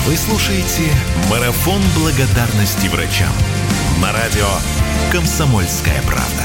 Вы слушаете «Марафон благодарности врачам» на радио «Комсомольская правда».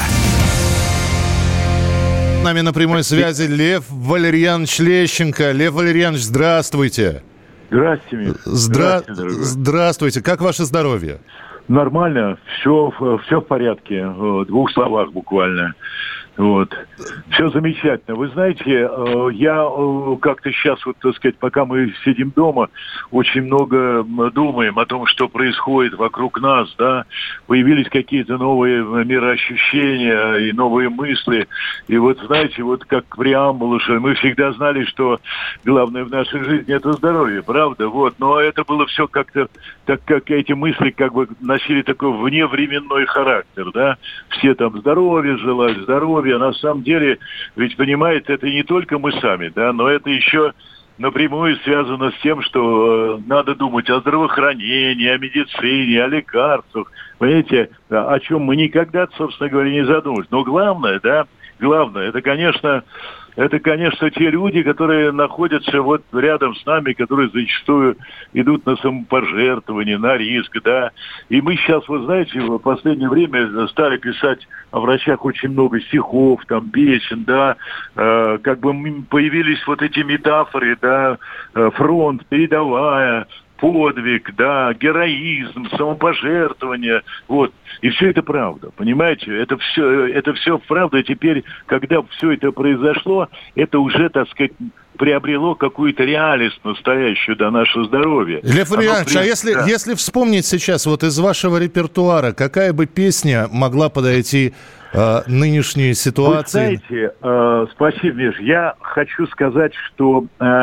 С нами на прямой связи Лев Валерьянович Лещенко. Лев Валерьянович, здравствуйте. Здравствуйте, Мир. Здравствуйте. Как ваше здоровье? Нормально, все в порядке. В двух словах буквально. Вот. Все замечательно. Вы знаете, я как-то сейчас, вот, так сказать, пока мы сидим дома, очень много думаем о том, что происходит вокруг нас, да. Появились какие-то новые мироощущения и новые мысли. И вот, знаете, вот как преамбула, что мы всегда знали, что главное в нашей жизни – это здоровье, правда? Вот. Но это было все как-то, так как эти мысли как бы носили такой вневременной характер, да. Все там здоровье желали, здоровье. А на самом деле, ведь, понимаете, это не только мы сами, да, но это еще напрямую связано с тем, что надо думать о здравоохранении, о медицине, о лекарствах, понимаете, о чем мы никогда, собственно говоря, не задумывались. Но главное, это, конечно, те люди, которые находятся вот рядом с нами, которые зачастую идут на самопожертвование, на риск, да. И мы сейчас, вы знаете, в последнее время стали писать о врачах очень много стихов, там, песен, да. Как бы появились вот эти метафоры, да, фронт, передовая, подвиг, да, героизм, самопожертвование, вот. И все это правда, понимаете? Это все правда. И теперь, когда все это произошло, это уже, так сказать, приобрело какую-то реальность настоящую, да, наше здоровье. Лев Ильич, если вспомнить сейчас вот из вашего репертуара, какая бы песня могла подойти нынешней ситуации? Вы знаете, спасибо, Миш. Я хочу сказать, что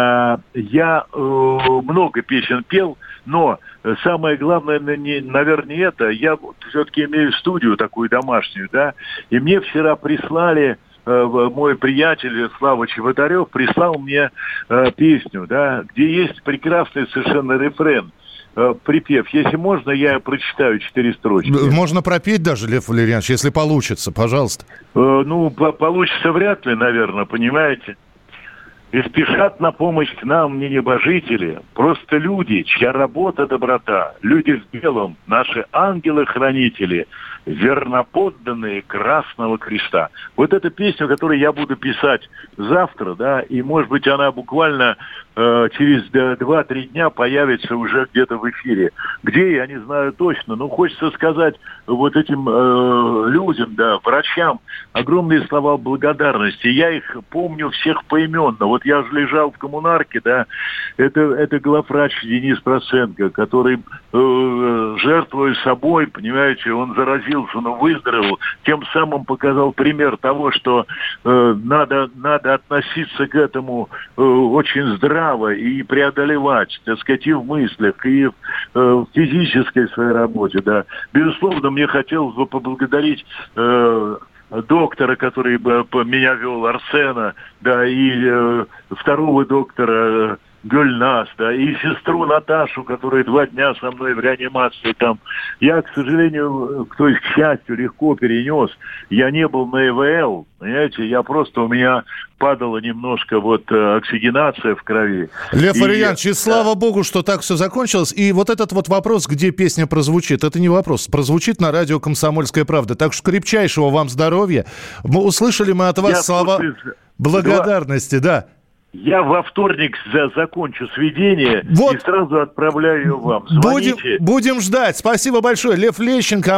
я много песен пел, но самое главное, наверное, это. Я все-таки имею студию такую домашнюю, да, и мне вчера прислали, мой приятель Слава Чеботарев прислал мне песню, да, где есть прекрасный совершенно рефрен. Припев. Если можно, я прочитаю 4 строчки. Можно пропеть даже, Лев Валерьянович, если получится, пожалуйста. Получится вряд ли, наверное, понимаете. И спешат на помощь к нам не небожители, просто люди, чья работа доброта, люди в белом, наши ангелы-хранители, верноподданные Красного Креста. Вот эта песня, которую я буду писать завтра, да, и, может быть, она буквально через 2-3 дня появится уже где-то в эфире. Где, я не знаю точно, но хочется сказать вот этим людям, да, врачам, огромные слова благодарности. Я их помню всех поименно. Вот я же лежал в коммунарке, да, это главврач Денис Проценко, который, жертвуя собой, понимаете, он заразился, но выздоровел, тем самым показал пример того, что надо относиться к этому очень здраво и преодолевать, так сказать, и в мыслях, и в физической своей работе, да. Безусловно, мне хотелось бы поблагодарить доктора, который меня вел, Арсена, да, и второго доктора Гюльнас, да, и сестру Наташу, которая 2 дня со мной в реанимации там. Я, к сожалению, то есть, к счастью, легко перенес. Я не был на ИВЛ, понимаете, у меня падала немножко вот оксигенация в крови. Лев Валерьянович, и слава богу, что так все закончилось. И вот этот вот вопрос, где песня прозвучит, это не вопрос. Прозвучит на радио «Комсомольская правда». Так что крепчайшего вам здоровья. Услышали мы от вас слова благодарности, да. Я во вторник закончу сведение и сразу отправляю ее вам. Звоните. Будем ждать. Спасибо большое. Лев Лещенко.